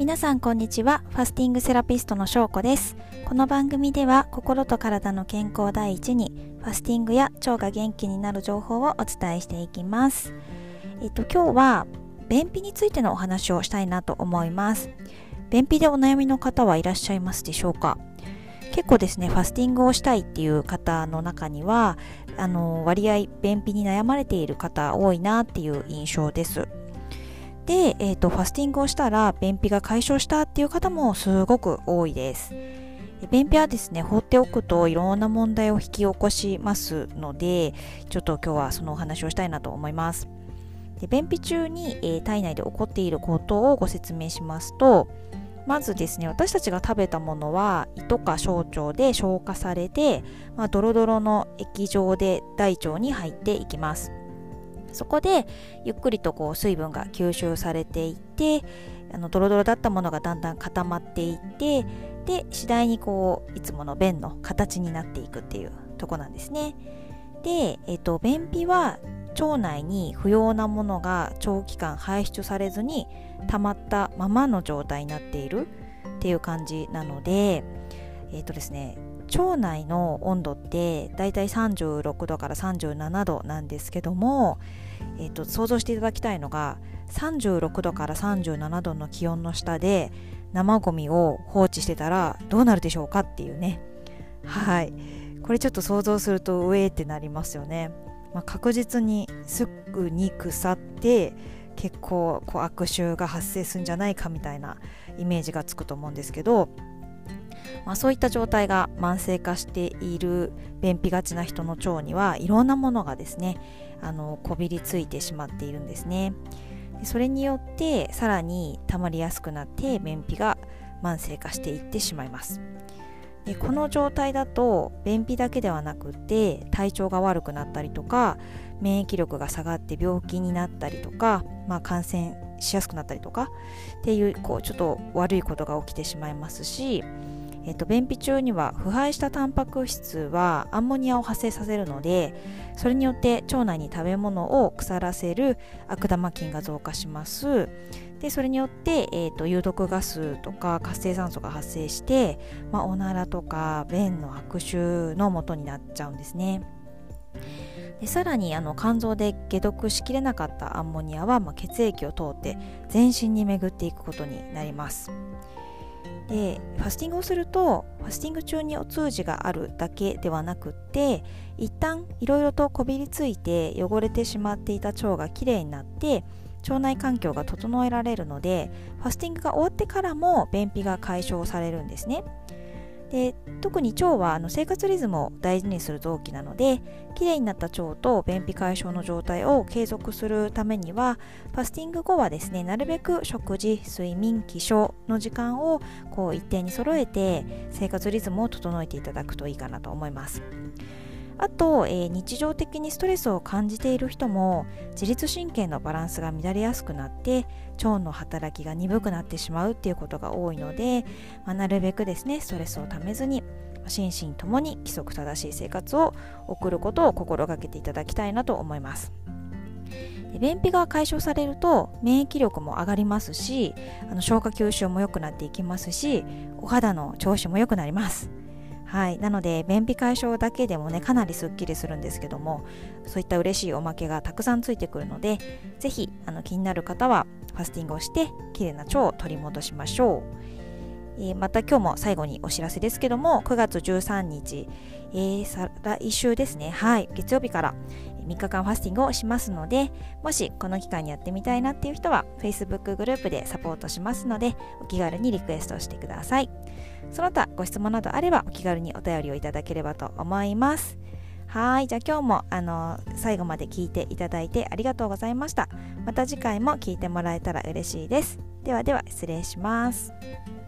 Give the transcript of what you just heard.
皆さんこんにちは。ファスティングセラピストのしょうこです。この番組では心と体の健康第一にファスティングや腸が元気になる情報をお伝えしていきます。今日は便秘についてのお話をしたいなと思います。便秘でお悩みの方はいらっしゃいますでしょうか？結構ですね、ファスティングをしたいっていう方の中には割合便秘に悩まれている方多いなっていう印象です。で、ファスティングをしたら便秘が解消したっていう方もすごく多いです。便秘はですね、放っておくといろんな問題を引き起こしますので、ちょっと今日はそのお話をしたいなと思います。で、便秘中に、体内で起こっていることをご説明しますと、まずですね、私たちが食べたものは胃とか小腸で消化されて、ドロドロの液状で大腸に入っていきます。そこでゆっくりと水分が吸収されていってドロドロだったものがだんだん固まっていって、で次第にいつもの便の形になっていくっていうとこなんですね。で、便秘は腸内に不要なものが長期間排出されずに溜まったままの状態になっているっていう感じなので、ですね、腸内の温度ってだいたい36度から37度なんですけども、想像していただきたいのが36度から37度の気温の下で生ゴミを放置してたらどうなるでしょうかっていうね。はい、これちょっと想像するとうえーってなりますよね。確実にすぐに腐って結構悪臭が発生するんじゃないかみたいなイメージがつくと思うんですけど、そういった状態が慢性化している便秘がちな人の腸にはいろんなものがですねこびりついてしまっているんですね。それによってさらに溜まりやすくなって便秘が慢性化していってしまいます。でこの状態だと便秘だけではなくて体調が悪くなったりとか免疫力が下がって病気になったりとか、感染しやすくなったりとかっていうちょっと悪いことが起きてしまいますし、便秘中には腐敗したタンパク質はアンモニアを発生させるので、それによって腸内に食べ物を腐らせる悪玉菌が増加します。でそれによって、有毒ガスとか活性酸素が発生して、おならとか便の悪臭の元になっちゃうんですね。でさらに肝臓で解毒しきれなかったアンモニアは、血液を通って全身に巡っていくことになります。でファスティングをするとファスティング中にお通じがあるだけではなくって一旦いろいろとこびりついて汚れてしまっていた腸がきれいになって腸内環境が整えられるので、ファスティングが終わってからも便秘が解消されるんですね。で特に腸は生活リズムを大事にする臓器なので、きれいになった腸と便秘解消の状態を継続するためにはファスティング後はですね、なるべく食事、睡眠、起床の時間を一定に揃えて生活リズムを整えていただくといいかなと思います。あと、日常的にストレスを感じている人も自律神経のバランスが乱れやすくなって腸の働きが鈍くなってしまうっていうことが多いので、なるべくですねストレスをためずに心身ともに規則正しい生活を送ることを心がけていただきたいなと思います。で便秘が解消されると免疫力も上がりますし、消化吸収も良くなっていきますし、お肌の調子も良くなります。はい、なので便秘解消だけでもねかなりすっきりするんですけども、そういった嬉しいおまけがたくさんついてくるので、ぜひ気になる方はファスティングをしてきれいな腸を取り戻しましょう。また今日も最後にお知らせですけども、9月13日、再来週ですね、はい、月曜日から3日間ファスティングをしますので、もしこの期間にやってみたいなっていう人は Facebook グループでサポートしますので、お気軽にリクエストしてください。その他ご質問などあればお気軽にお便りをいただければと思います。はい、じゃあ今日も最後まで聞いていただいてありがとうございました。また次回も聞いてもらえたら嬉しいです。ではでは失礼します。